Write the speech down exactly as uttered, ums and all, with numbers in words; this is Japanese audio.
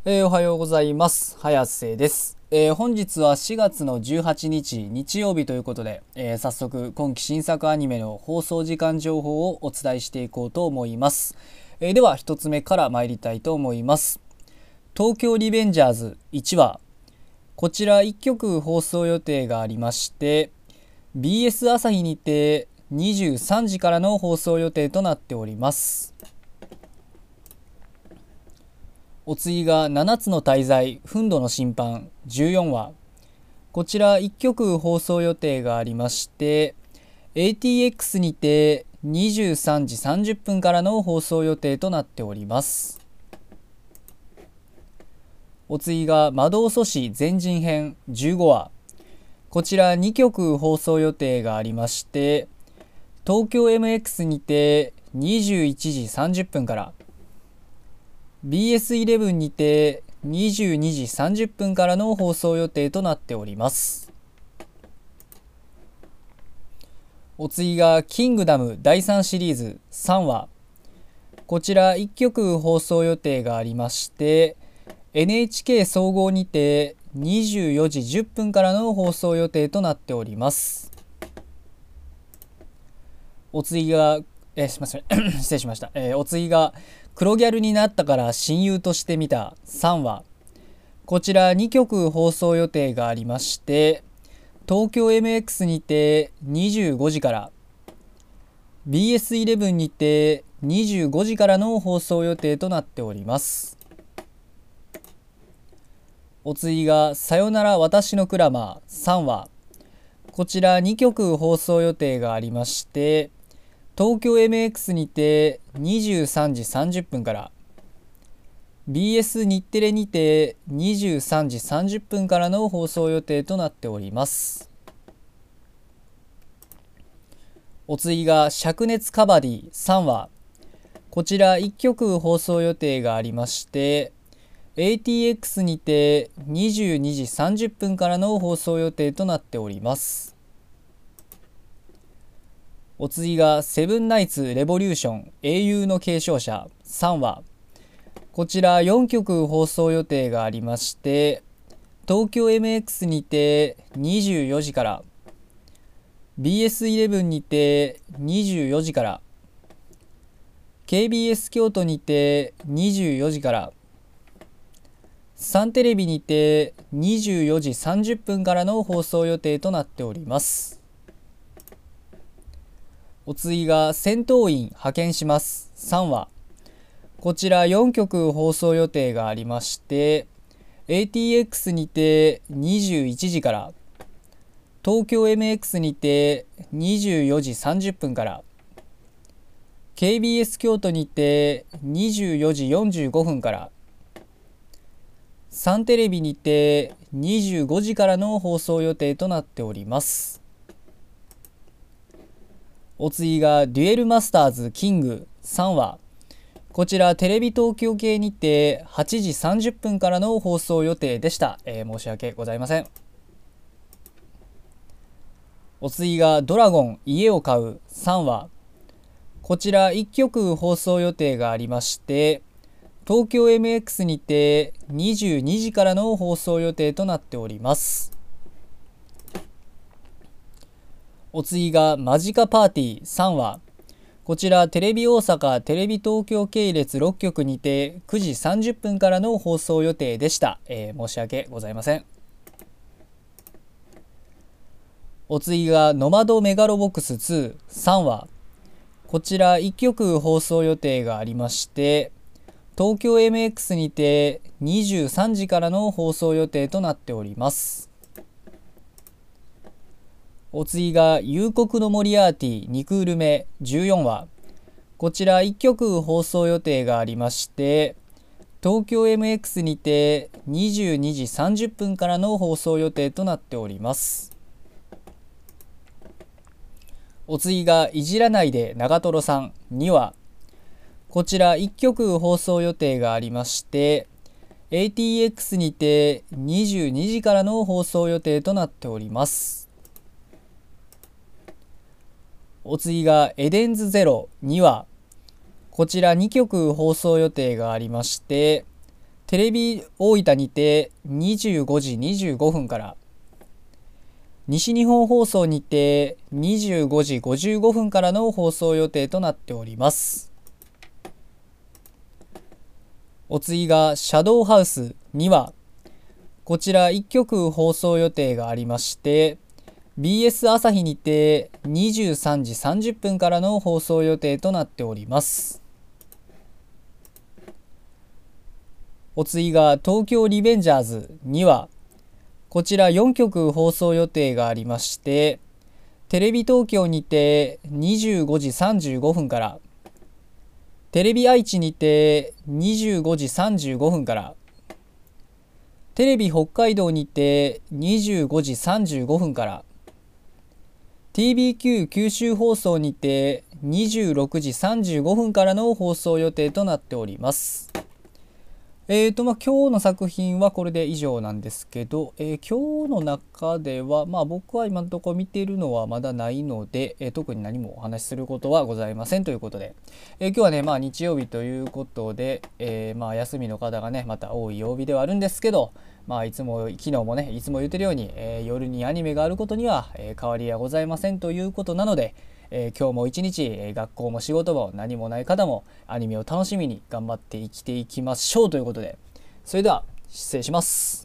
えーおはようございます。早瀬です。えー本日はしがつのじゅうはちにち日曜日ということで、えー早速今期新作アニメの放送時間情報をお伝えしていこうと思います。えーではひとつめから参りたいと思います。東京リベンジャーズいちわ、こちらいっきょく放送予定がありまして、 ビーエス 朝日にてにじゅうさんじからの放送予定となっております。お次がななつの大罪憤怒の審判じゅうよんわ、こちらいっきょく放送予定がありまして、 エーティーエックス にてにじゅうさんじさんじゅっぷんからの放送予定となっております。お次が魔導阻止全人編じゅうごわ、こちらにきょく放送予定がありまして、東京 エムエックス にてにじゅういちじさんじゅっぷんから、 ビーエスイレブン にてにじゅうにじさんじゅっぷんからの放送予定となっております。お次がキングダムだいさんシリーズさんわ、こちらいっきょく放送予定がありまして、 エヌエイチケー 総合にてにじゅうよじじゅっぷんからの放送予定となっております。お次がえー、すみません失礼しました、えーお次が黒ギャルになったから親友としてみたさんわ、こちらにきょく放送予定がありまして、東京 エムエックス にてにじゅうごじから、 ビーエスイレブン にてにじゅうごじからの放送予定となっております。お次がさよなら私のクラマーさんわ、こちらにきょく放送予定がありまして、東京 エムエックス にてにじゅうさんじさんじゅっぷんから、 ビーエス 日テレにてにじゅうさんじさんじゅっぷんからの放送予定となっております。お次が灼熱カバディさんわ、こちらいっきょく放送予定がありまして、 エーティーエックス にてにじゅうにじさんじゅっぷんからの放送予定となっております。お次がセブンナイツレボリューション英雄の継承者さんわ、こちらよんきょく放送予定がありまして、東京 エムエックス にてにじゅうよじから、 ビーエスイレブン にてにじゅうよじから、 ケービーエス 京都にてにじゅうよじから、サンテレビにてにじゅうよじさんじゅっぷんからの放送予定となっております。お次が戦闘員派遣しますさんわ、こちらよんきょく放送予定がありまして、 エーティーエックス にてにじゅういちじから、東京 エムエックス にてにじゅうよじさんじゅっぷんから、 ケービーエス 京都にてにじゅうよじよんじゅうごふんから、サンテレビにてにじゅうごじからの放送予定となっております。お次がデュエルマスターズキングさんわ、こちらテレビ東京系にてはちじさんじゅっぷんからの放送予定でした、えー申し訳ございません。お次がドラゴン家を買うさんわ、こちらいっきょく放送予定がありまして、東京 エムエックス にてにじゅうにじからの放送予定となっております。お次がマジカパーティーさんわ、こちらテレビ大阪テレビ東京系列ろっきょくにてくじさんじゅっぷんからの放送予定でした、えー申し訳ございません。お次がノマドメガロボックスにさんわ、こちらいっきょく放送予定がありまして、東京 エムエックス にてにじゅうさんじからの放送予定となっております。お次が夕刻のモリアーティにクール目じゅうよんわ、こちらいっきょく放送予定がありまして、東京 エムエックス にてにじゅうにじさんじゅっぷんからの放送予定となっております。お次がいじらないで長瀞さんにわ、こちらいっきょく放送予定がありまして、エーティーエックス にてにじゅうにじからの放送予定となっております。お次がエデンズゼロにわ、こちらにきょく放送予定がありまして、テテレビ大分にてにじゅうごじにじゅうごふんから、西日本放送にてにじゅうごじごじゅうごふんからの放送予定となっております。お次がシャドウハウスにわ、こちらいっきょく放送予定がありまして、ビーエス 朝日にてにじゅうさんじさんじゅっぷんからの放送予定となっております。お次が東京リベンジャーズにわ、こちらよんきょく放送予定がありまして、テレビ東京にてにじゅうごじさんじゅうごふんから、テレビ愛知にてにじゅうごじさんじゅうごふんから、テレビ北海道にてにじゅうごじさんじゅうごふんから、ティービーキュー 九州放送にてにじゅうろくじさんじゅうごふんからの放送予定となっております。えーとまあ、今日の作品はこれで以上なんですけど、えー、今日の中では、まあ、僕は今のところ見ているのはまだないので、えー、特に何もお話しすることはございませんということで、えー、今日はね、まあ、日曜日ということで、えーまあ、休みの方がねまた多い曜日ではあるんですけど、まあ、いつも昨日もねいつも言ってるように、えー、夜にアニメがあることには、えー、変わりはございませんということなので、えー、今日も一日、えー、学校も仕事も何もない方もアニメを楽しみに頑張って生きていきましょうということで、それでは失礼します。